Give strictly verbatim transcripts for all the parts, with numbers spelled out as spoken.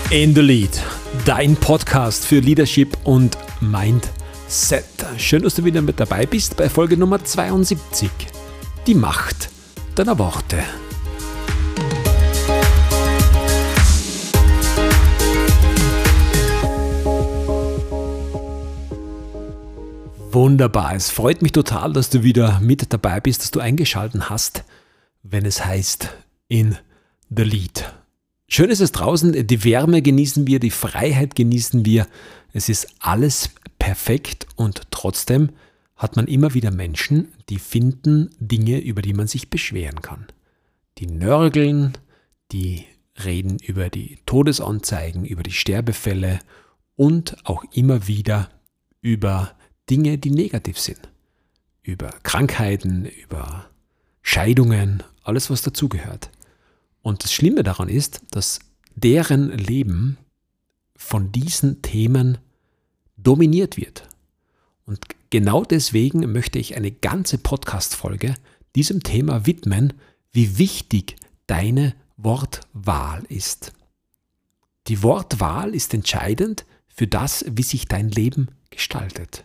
In the Lead, dein Podcast für Leadership und Mindset. Schön, dass du wieder mit dabei bist bei Folge Nummer zweiundsiebzig. Die Macht deiner Worte. Wunderbar, es freut mich total, dass du wieder mit dabei bist, dass du eingeschaltet hast, wenn es heißt In the Lead. Schön ist es draußen, die Wärme genießen wir, die Freiheit genießen wir. Es ist alles perfekt und trotzdem hat man immer wieder Menschen, die finden Dinge, über die man sich beschweren kann. Die nörgeln, die reden über die Todesanzeigen, über die Sterbefälle und auch immer wieder über Dinge, die negativ sind. Über Krankheiten, über Scheidungen, alles was dazugehört. Und das Schlimme daran ist, dass deren Leben von diesen Themen dominiert wird. Und genau deswegen möchte ich eine ganze Podcast-Folge diesem Thema widmen, wie wichtig deine Wortwahl ist. Die Wortwahl ist entscheidend für das, wie sich dein Leben gestaltet.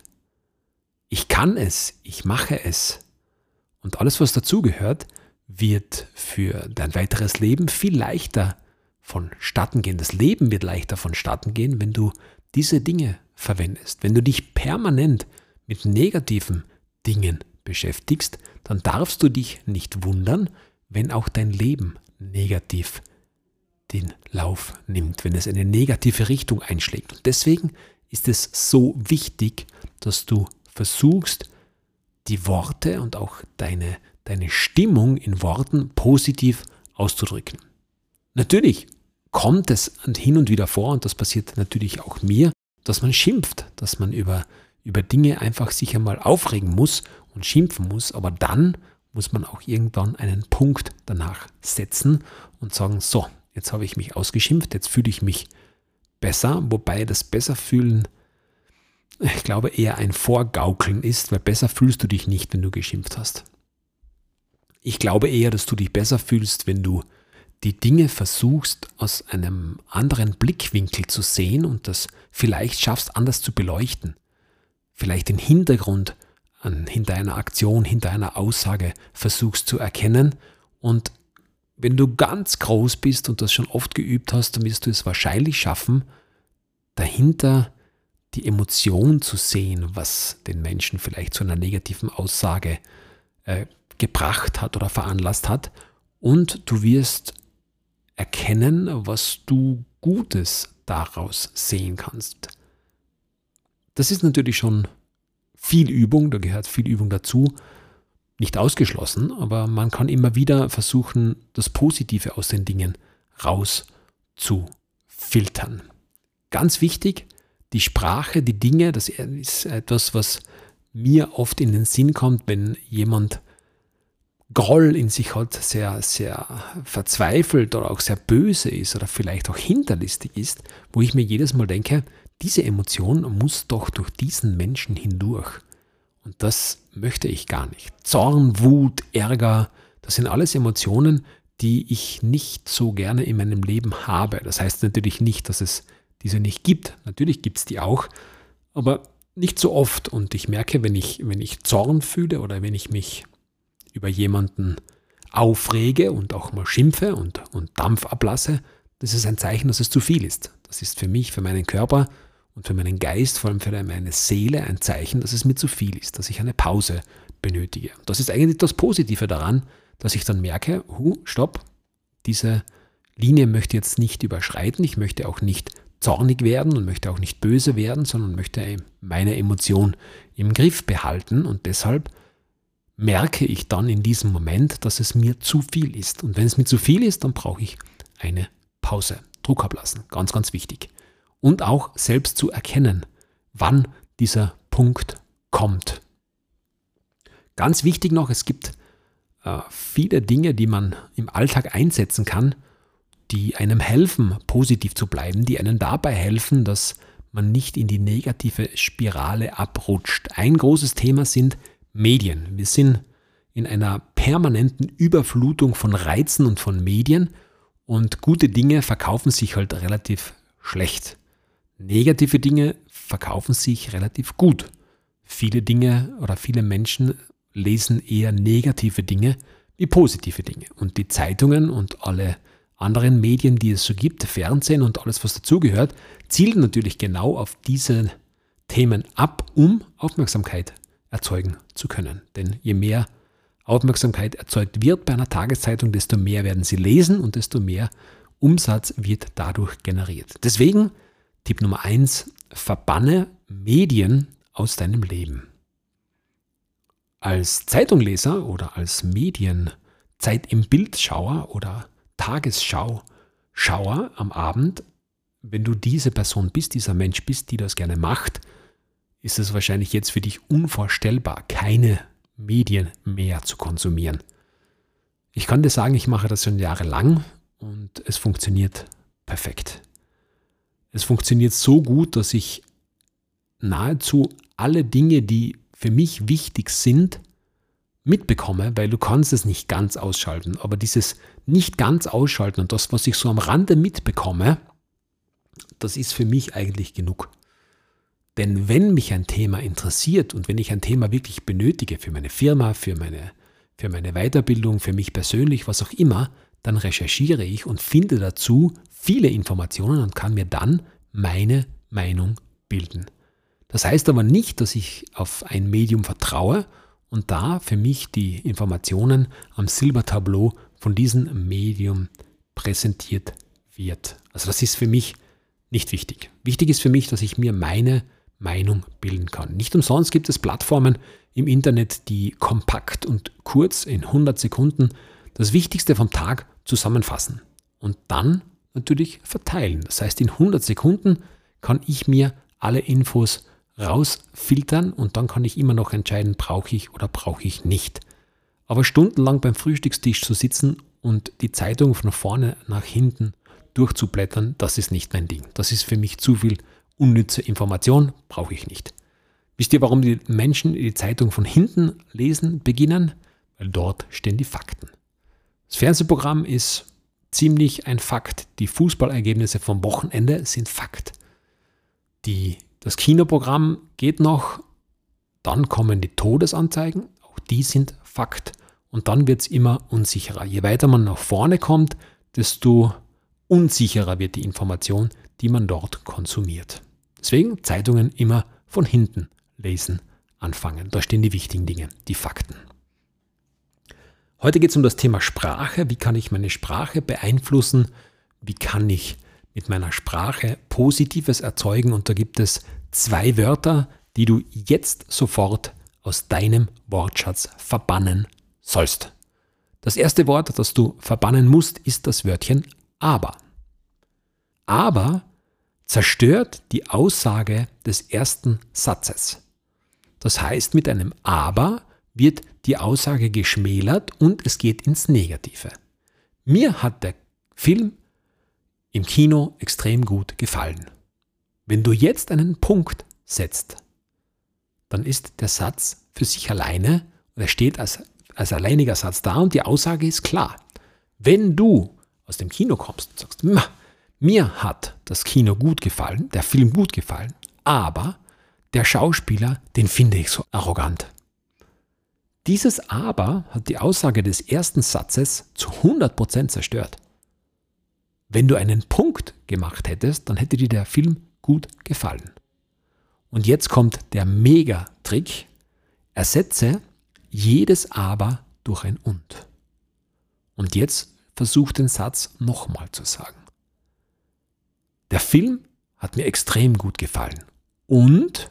Ich kann es, ich mache es. Und alles, was dazugehört, wird für dein weiteres Leben viel leichter vonstatten gehen. Das Leben wird leichter vonstatten gehen, wenn du diese Dinge verwendest. Wenn du dich permanent mit negativen Dingen beschäftigst, dann darfst du dich nicht wundern, wenn auch dein Leben negativ den Lauf nimmt, wenn es eine negative Richtung einschlägt. Und deswegen ist es so wichtig, dass du versuchst, die Worte und auch deine deine Stimmung in Worten positiv auszudrücken. Natürlich kommt es hin und wieder vor, und das passiert natürlich auch mir, dass man schimpft, dass man über, über Dinge einfach sich einmal aufregen muss und schimpfen muss, aber dann muss man auch irgendwann einen Punkt danach setzen und sagen, so, jetzt habe ich mich ausgeschimpft, jetzt fühle ich mich besser, wobei das Besserfühlen, ich glaube, eher ein Vorgaukeln ist, weil besser fühlst du dich nicht, wenn du geschimpft hast. Ich glaube eher, dass du dich besser fühlst, wenn du die Dinge versuchst, aus einem anderen Blickwinkel zu sehen und das vielleicht schaffst, anders zu beleuchten. Vielleicht den Hintergrund an, hinter einer Aktion, hinter einer Aussage versuchst zu erkennen. Und wenn du ganz groß bist und das schon oft geübt hast, dann wirst du es wahrscheinlich schaffen, dahinter die Emotion zu sehen, was den Menschen vielleicht zu einer negativen Aussage äh, gebracht hat oder veranlasst hat, und du wirst erkennen, was du Gutes daraus sehen kannst. Das ist natürlich schon viel Übung, da gehört viel Übung dazu, nicht ausgeschlossen, aber man kann immer wieder versuchen, das Positive aus den Dingen rauszufiltern. Ganz wichtig, die Sprache, die Dinge, das ist etwas, was mir oft in den Sinn kommt, wenn jemand Groll in sich hat, sehr, sehr verzweifelt oder auch sehr böse ist oder vielleicht auch hinterlistig ist, wo ich mir jedes Mal denke, diese Emotion muss doch durch diesen Menschen hindurch. Und das möchte ich gar nicht. Zorn, Wut, Ärger, das sind alles Emotionen, die ich nicht so gerne in meinem Leben habe. Das heißt natürlich nicht, dass es diese nicht gibt. Natürlich gibt es die auch, aber nicht so oft. Und ich merke, wenn ich, wenn ich Zorn fühle oder wenn ich mich über jemanden aufrege und auch mal schimpfe und, und Dampf ablasse, das ist ein Zeichen, dass es zu viel ist. Das ist für mich, für meinen Körper und für meinen Geist, vor allem für meine Seele, ein Zeichen, dass es mir zu viel ist, dass ich eine Pause benötige. Das ist eigentlich das Positive daran, dass ich dann merke, hu, stopp, diese Linie möchte ich jetzt nicht überschreiten, ich möchte auch nicht zornig werden und möchte auch nicht böse werden, sondern möchte meine Emotion im Griff behalten, und deshalb merke ich dann in diesem Moment, dass es mir zu viel ist. Und wenn es mir zu viel ist, dann brauche ich eine Pause. Druck ablassen, ganz, ganz wichtig. Und auch selbst zu erkennen, wann dieser Punkt kommt. Ganz wichtig noch, es gibt äh, viele Dinge, die man im Alltag einsetzen kann, die einem helfen, positiv zu bleiben, die einem dabei helfen, dass man nicht in die negative Spirale abrutscht. Ein großes Thema sind Medien. Wir sind in einer permanenten Überflutung von Reizen und von Medien, und gute Dinge verkaufen sich halt relativ schlecht. Negative Dinge verkaufen sich relativ gut. Viele Dinge oder viele Menschen lesen eher negative Dinge wie positive Dinge. Und die Zeitungen und alle anderen Medien, die es so gibt, Fernsehen und alles, was dazugehört, zielen natürlich genau auf diese Themen ab, um Aufmerksamkeit erzeugen zu können. Denn je mehr Aufmerksamkeit erzeugt wird bei einer Tageszeitung, desto mehr werden sie lesen und desto mehr Umsatz wird dadurch generiert. Deswegen Tipp Nummer eins, verbanne Medien aus deinem Leben. Als Zeitungleser oder als Medienzeit im Bildschauer oder Tagesschau-Schauer am Abend, wenn du diese Person bist, dieser Mensch bist, die das gerne macht, ist es wahrscheinlich jetzt für dich unvorstellbar, keine Medien mehr zu konsumieren. Ich kann dir sagen, ich mache das schon jahrelang und es funktioniert perfekt. Es funktioniert so gut, dass ich nahezu alle Dinge, die für mich wichtig sind, mitbekomme, weil du kannst es nicht ganz ausschalten. Aber dieses nicht ganz ausschalten und das, was ich so am Rande mitbekomme, das ist für mich eigentlich genug. Denn wenn mich ein Thema interessiert und wenn ich ein Thema wirklich benötige für meine Firma, für meine, für meine Weiterbildung, für mich persönlich, was auch immer, dann recherchiere ich und finde dazu viele Informationen und kann mir dann meine Meinung bilden. Das heißt aber nicht, dass ich auf ein Medium vertraue und da für mich die Informationen am Silbertablett von diesem Medium präsentiert wird. Also das ist für mich nicht wichtig. Wichtig ist für mich, dass ich mir meine Meinung bilden kann. Nicht umsonst gibt es Plattformen im Internet, die kompakt und kurz in hundert Sekunden das Wichtigste vom Tag zusammenfassen und dann natürlich verteilen. Das heißt, in hundert Sekunden kann ich mir alle Infos rausfiltern und dann kann ich immer noch entscheiden, brauche ich oder brauche ich nicht. Aber stundenlang beim Frühstückstisch zu sitzen und die Zeitung von vorne nach hinten durchzublättern, das ist nicht mein Ding. Das ist für mich zu viel unnütze Information, brauche ich nicht. Wisst ihr, warum die Menschen die Zeitung von hinten lesen beginnen? Weil dort stehen die Fakten. Das Fernsehprogramm ist ziemlich ein Fakt. Die Fußballergebnisse vom Wochenende sind Fakt. Die, das Kinoprogramm geht noch, dann kommen die Todesanzeigen, auch die sind Fakt. Und dann wird es immer unsicherer. Je weiter man nach vorne kommt, desto unsicherer wird die Information, die man dort konsumiert. Deswegen Zeitungen immer von hinten lesen anfangen. Da stehen die wichtigen Dinge, die Fakten. Heute geht es um das Thema Sprache. Wie kann ich meine Sprache beeinflussen? Wie kann ich mit meiner Sprache Positives erzeugen? Und da gibt es zwei Wörter, die du jetzt sofort aus deinem Wortschatz verbannen sollst. Das erste Wort, das du verbannen musst, ist das Wörtchen aber. Aber zerstört die Aussage des ersten Satzes. Das heißt, mit einem aber wird die Aussage geschmälert und es geht ins Negative. Mir hat der Film im Kino extrem gut gefallen. Wenn du jetzt einen Punkt setzt, dann ist der Satz für sich alleine, er steht als, als alleiniger Satz da und die Aussage ist klar. Wenn du aus dem Kino kommst und sagst, mir hat das Kino gut gefallen, der Film gut gefallen, aber der Schauspieler, den finde ich so arrogant. Dieses Aber hat die Aussage des ersten Satzes zu hundert Prozent zerstört. Wenn du einen Punkt gemacht hättest, dann hätte dir der Film gut gefallen. Und jetzt kommt der Mega-Trick. Ersetze jedes Aber durch ein Und. Und jetzt versuch den Satz nochmal zu sagen. Der Film hat mir extrem gut gefallen. Und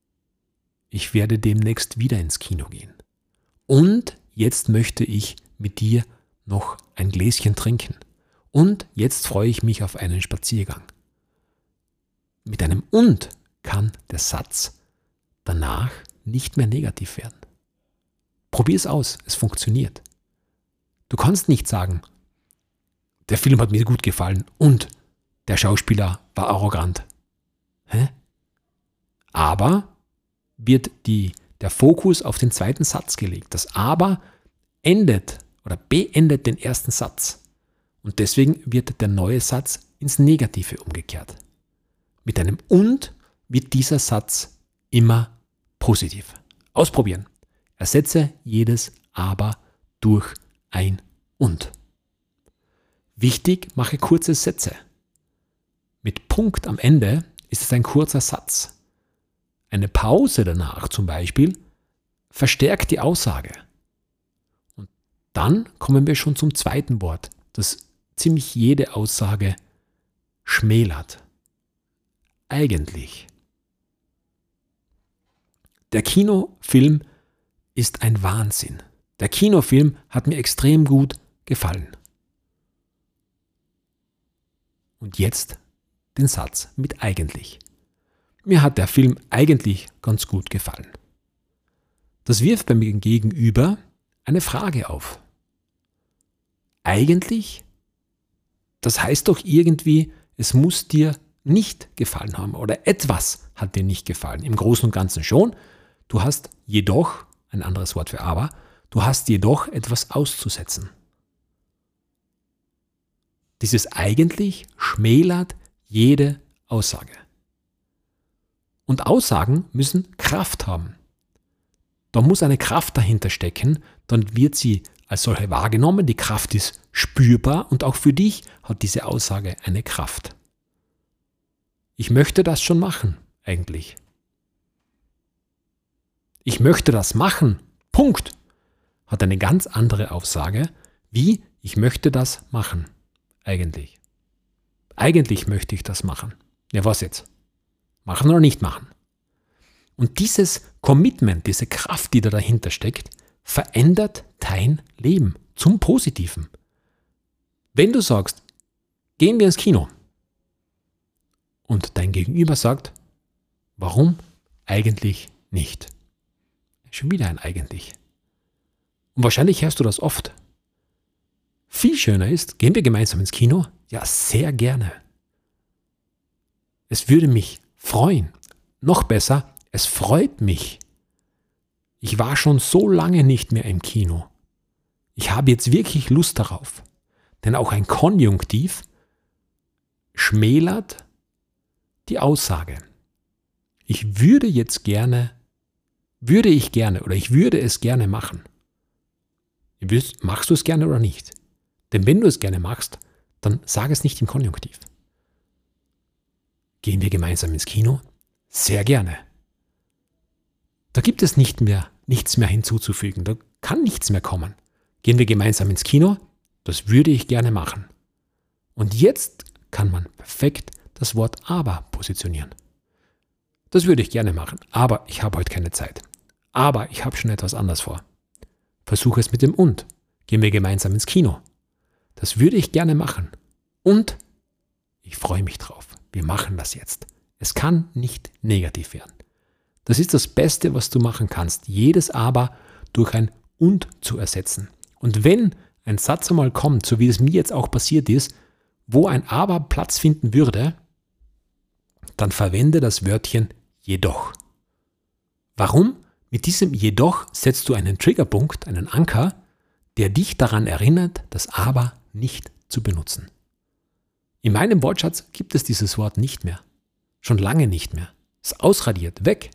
ich werde demnächst wieder ins Kino gehen. Und jetzt möchte ich mit dir noch ein Gläschen trinken. Und jetzt freue ich mich auf einen Spaziergang. Mit einem Und kann der Satz danach nicht mehr negativ werden. Probier es aus, es funktioniert. Du kannst nicht sagen, der Film hat mir gut gefallen und der Schauspieler war arrogant. Hä? Aber wird die, der Fokus auf den zweiten Satz gelegt. Das Aber endet oder beendet den ersten Satz. Und deswegen wird der neue Satz ins Negative umgekehrt. Mit einem Und wird dieser Satz immer positiv. Ausprobieren. Ersetze jedes Aber durch ein Und. Wichtig, mache kurze Sätze. Mit Punkt am Ende ist es ein kurzer Satz. Eine Pause danach zum Beispiel verstärkt die Aussage. Und dann kommen wir schon zum zweiten Wort, das ziemlich jede Aussage schmälert. Eigentlich. Der Kinofilm ist ein Wahnsinn. Der Kinofilm hat mir extrem gut gefallen. Und jetzt den Satz mit eigentlich. Mir hat der Film eigentlich ganz gut gefallen. Das wirft bei mir gegenüber eine Frage auf. Eigentlich? Das heißt doch irgendwie, es muss dir nicht gefallen haben oder etwas hat dir nicht gefallen. Im Großen und Ganzen schon. Du hast jedoch, ein anderes Wort für aber, du hast jedoch etwas auszusetzen. Dieses eigentlich schmälert jede Aussage. Und Aussagen müssen Kraft haben. Da muss eine Kraft dahinter stecken, dann wird sie als solche wahrgenommen, die Kraft ist spürbar und auch für dich hat diese Aussage eine Kraft. Ich möchte das schon machen, eigentlich. Ich möchte das machen, Punkt, hat eine ganz andere Aussage, wie ich möchte das machen, eigentlich. Eigentlich möchte ich das machen. Ja, was jetzt? Machen oder nicht machen? Und dieses Commitment, diese Kraft, die da dahinter steckt, verändert dein Leben zum Positiven. Wenn du sagst, gehen wir ins Kino und dein Gegenüber sagt, warum eigentlich nicht? Schon wieder ein eigentlich. Und wahrscheinlich hörst du das oft. Viel schöner ist, gehen wir gemeinsam ins Kino? Ja, sehr gerne. Es würde mich freuen. Noch besser, es freut mich. Ich war schon so lange nicht mehr im Kino. Ich habe jetzt wirklich Lust darauf. Denn auch ein Konjunktiv schmälert die Aussage. Ich würde jetzt gerne, würde ich gerne oder ich würde es gerne machen. Machst du es gerne oder nicht? Denn wenn du es gerne machst, dann sag es nicht im Konjunktiv. Gehen wir gemeinsam ins Kino? Sehr gerne. Da gibt es nicht mehr, nichts mehr hinzuzufügen. Da kann nichts mehr kommen. Gehen wir gemeinsam ins Kino? Das würde ich gerne machen. Und jetzt kann man perfekt das Wort aber positionieren. Das würde ich gerne machen, aber ich habe heute keine Zeit. Aber ich habe schon etwas anderes vor. Versuche es mit dem und. Gehen wir gemeinsam ins Kino. Das würde ich gerne machen. Und ich freue mich drauf. Wir machen das jetzt. Es kann nicht negativ werden. Das ist das Beste, was du machen kannst, jedes Aber durch ein und zu ersetzen. Und wenn ein Satz einmal kommt, so wie es mir jetzt auch passiert ist, wo ein Aber Platz finden würde, dann verwende das Wörtchen jedoch. Warum? Mit diesem jedoch setzt du einen Triggerpunkt, einen Anker, der dich daran erinnert, das Aber nicht zu benutzen. In meinem Wortschatz gibt es dieses Wort nicht mehr. Schon lange nicht mehr. Es ist ausradiert, weg.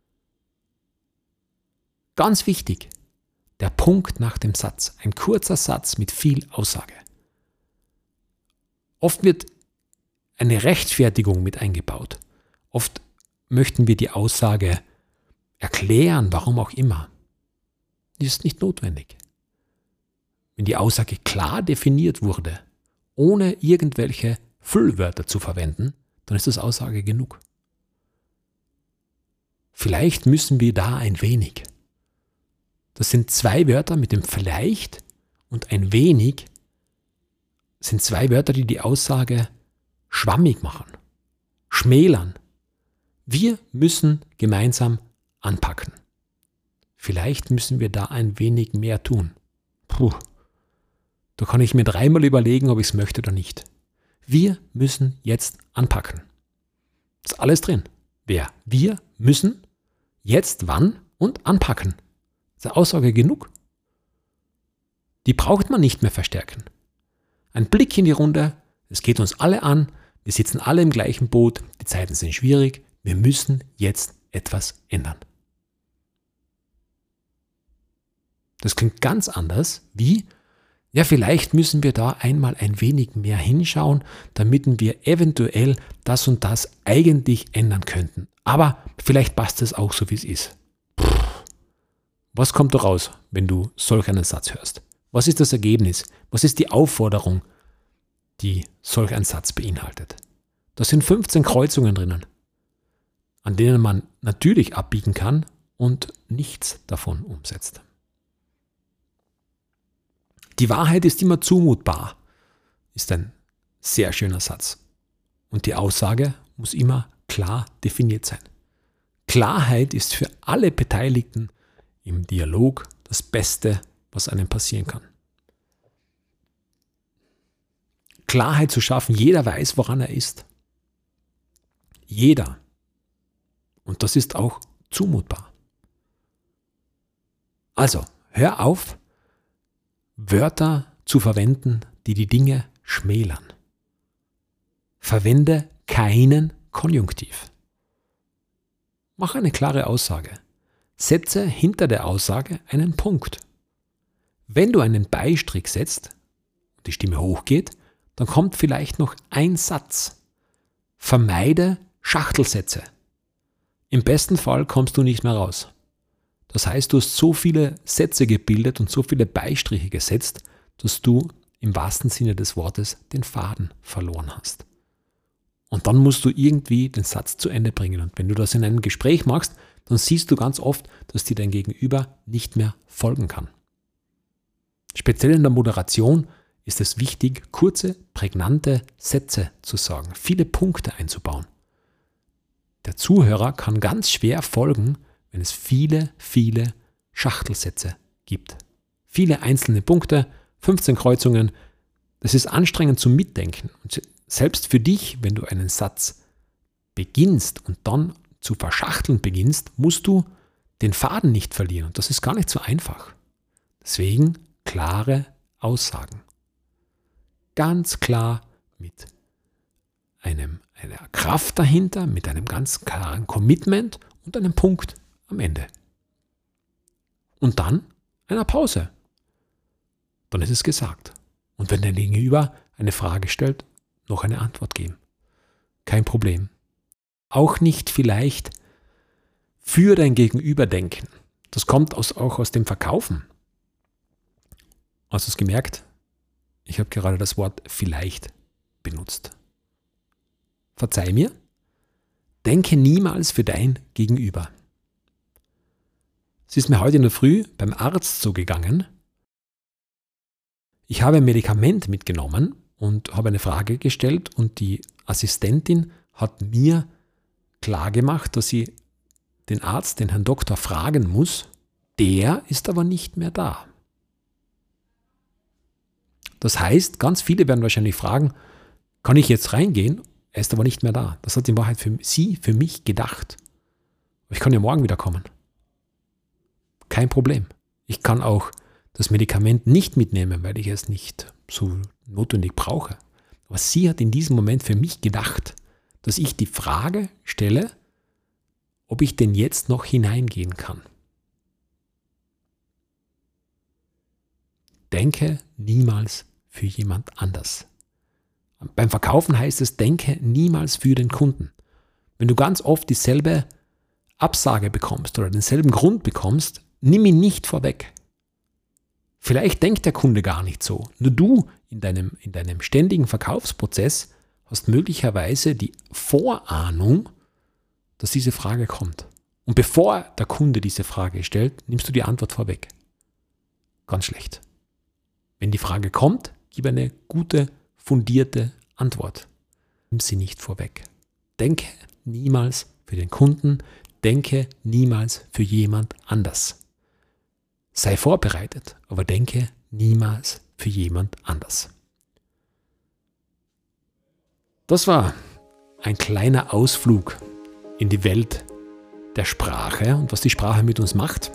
Ganz wichtig, der Punkt nach dem Satz. Ein kurzer Satz mit viel Aussage. Oft wird eine Rechtfertigung mit eingebaut. Oft möchten wir die Aussage erklären, warum auch immer. Das ist nicht notwendig. Wenn die Aussage klar definiert wurde, ohne irgendwelche Füllwörter zu verwenden, dann ist das Aussage genug. Vielleicht müssen wir da ein wenig. Das sind zwei Wörter mit dem vielleicht und ein wenig sind zwei Wörter, die die Aussage schwammig machen, schmälern. Wir müssen gemeinsam anpacken. Vielleicht müssen wir da ein wenig mehr tun. Puh, da kann ich mir dreimal überlegen, ob ich es möchte oder nicht. Wir müssen jetzt anpacken. Das ist alles drin. Wer? Wir müssen jetzt wann und anpacken. Das ist eine Aussage genug. Die braucht man nicht mehr verstärken. Ein Blick in die Runde, es geht uns alle an, Wir sitzen alle im gleichen Boot, die Zeiten sind schwierig, wir müssen jetzt etwas ändern. Das klingt ganz anders wie, ja, vielleicht müssen wir da einmal ein wenig mehr hinschauen, damit wir eventuell das und das eigentlich ändern könnten. Aber vielleicht passt es auch so, wie es ist. Puh. Was kommt da raus, wenn du solch einen Satz hörst? Was ist das Ergebnis? Was ist die Aufforderung, die solch ein Satz beinhaltet? Da sind fünfzehn Kreuzungen drinnen, an denen man natürlich abbiegen kann und nichts davon umsetzt. Die Wahrheit ist immer zumutbar, ist ein sehr schöner Satz. Und die Aussage muss immer klar definiert sein. Klarheit ist für alle Beteiligten im Dialog das Beste, was einem passieren kann. Klarheit zu schaffen, jeder weiß, woran er ist. Jeder. Und das ist auch zumutbar. Also, hör auf, Wörter zu verwenden, die die Dinge schmälern. Verwende keinen Konjunktiv. Mach eine klare Aussage. Setze hinter der Aussage einen Punkt. Wenn du einen Beistrich setzt und die Stimme hochgeht, dann kommt vielleicht noch ein Satz. Vermeide Schachtelsätze. Im besten Fall kommst du nicht mehr raus. Das heißt, du hast so viele Sätze gebildet und so viele Beistriche gesetzt, dass du im wahrsten Sinne des Wortes den Faden verloren hast. Und dann musst du irgendwie den Satz zu Ende bringen. Und wenn du das in einem Gespräch machst, dann siehst du ganz oft, dass dir dein Gegenüber nicht mehr folgen kann. Speziell in der Moderation ist es wichtig, kurze, prägnante Sätze zu sagen, viele Punkte einzubauen. Der Zuhörer kann ganz schwer folgen, wenn es viele, viele Schachtelsätze gibt. Viele einzelne Punkte, fünfzehn Kreuzungen, das ist anstrengend zum Mitdenken. Und selbst für dich, wenn du einen Satz beginnst und dann zu verschachteln beginnst, musst du den Faden nicht verlieren. Und das ist gar nicht so einfach. Deswegen klare Aussagen. Ganz klar mit einem, einer Kraft dahinter, mit einem ganz klaren Commitment und einem Punkt am Ende. Und dann einer Pause. Dann ist es gesagt. Und wenn der Gegenüber eine Frage stellt, noch eine Antwort geben. Kein Problem. Auch nicht vielleicht für dein Gegenüber denken. Das kommt aus, auch aus dem Verkaufen. Hast du es gemerkt? Ich habe gerade das Wort vielleicht benutzt. Verzeih mir. Denke niemals für dein Gegenüber. Es ist mir heute in der Früh beim Arzt so gegangen. Ich habe ein Medikament mitgenommen und habe eine Frage gestellt und die Assistentin hat mir klargemacht, dass sie den Arzt, den Herrn Doktor, fragen muss. Der ist aber nicht mehr da. Das heißt, ganz viele werden wahrscheinlich fragen, kann ich jetzt reingehen? Er ist aber nicht mehr da. Das hat in Wahrheit für sie, für mich gedacht. Ich kann ja morgen wieder kommen. Kein Problem. Ich kann auch das Medikament nicht mitnehmen, weil ich es nicht so notwendig brauche. Aber sie hat in diesem Moment für mich gedacht, dass ich die Frage stelle, ob ich denn jetzt noch hineingehen kann. Denke niemals für jemand anders. Beim Verkaufen heißt es, denke niemals für den Kunden. Wenn du ganz oft dieselbe Absage bekommst oder denselben Grund bekommst, nimm ihn nicht vorweg. Vielleicht denkt der Kunde gar nicht so. Nur du in deinem, in deinem ständigen Verkaufsprozess hast möglicherweise die Vorahnung, dass diese Frage kommt. Und bevor der Kunde diese Frage stellt, nimmst du die Antwort vorweg. Ganz schlecht. Wenn die Frage kommt, gib eine gute, fundierte Antwort. Nimm sie nicht vorweg. Denke niemals für den Kunden, denke niemals für jemand anders. Sei vorbereitet, aber denke niemals für jemand anders. Das war ein kleiner Ausflug in die Welt der Sprache und was die Sprache mit uns macht.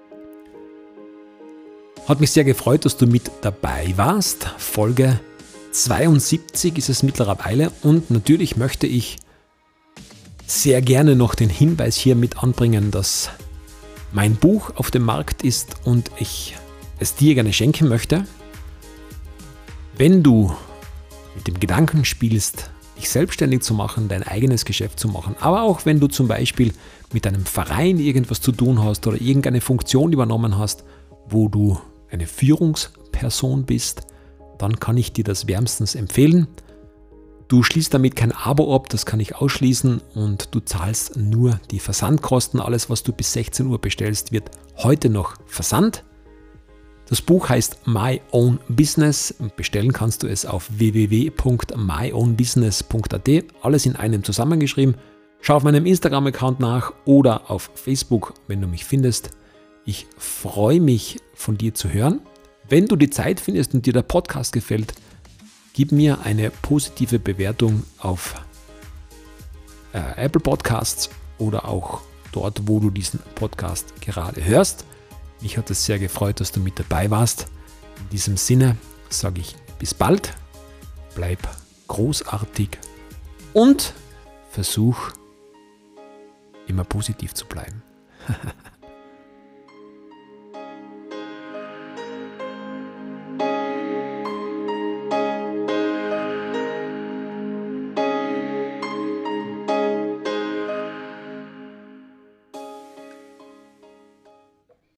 Hat mich sehr gefreut, dass du mit dabei warst. Folge zweiundsiebzig ist es mittlerweile und natürlich möchte ich sehr gerne noch den Hinweis hier mit anbringen, dass mein Buch auf dem Markt ist und ich es dir gerne schenken möchte. Wenn du mit dem Gedanken spielst, dich selbstständig zu machen, dein eigenes Geschäft zu machen, aber auch wenn du zum Beispiel mit einem Verein irgendwas zu tun hast oder irgendeine Funktion übernommen hast, wo du eine Führungsperson bist, dann kann ich dir das wärmstens empfehlen. Du schließt damit kein Abo ab, das kann ich ausschließen und du zahlst nur die Versandkosten. Alles, was du bis sechzehn Uhr bestellst, wird heute noch versandt. Das Buch heißt My Own Business. Bestellen kannst du es auf w w w punkt my own business punkt a t. Alles in einem zusammengeschrieben. Schau auf meinem Instagram-Account nach oder auf Facebook, wenn du mich findest. Ich freue mich, von dir zu hören. Wenn du die Zeit findest und dir der Podcast gefällt, gib mir eine positive Bewertung auf äh, Apple Podcasts oder auch dort, wo du diesen Podcast gerade hörst. Mich hat es sehr gefreut, dass du mit dabei warst. In diesem Sinne sage ich bis bald, bleib großartig und versuch immer positiv zu bleiben.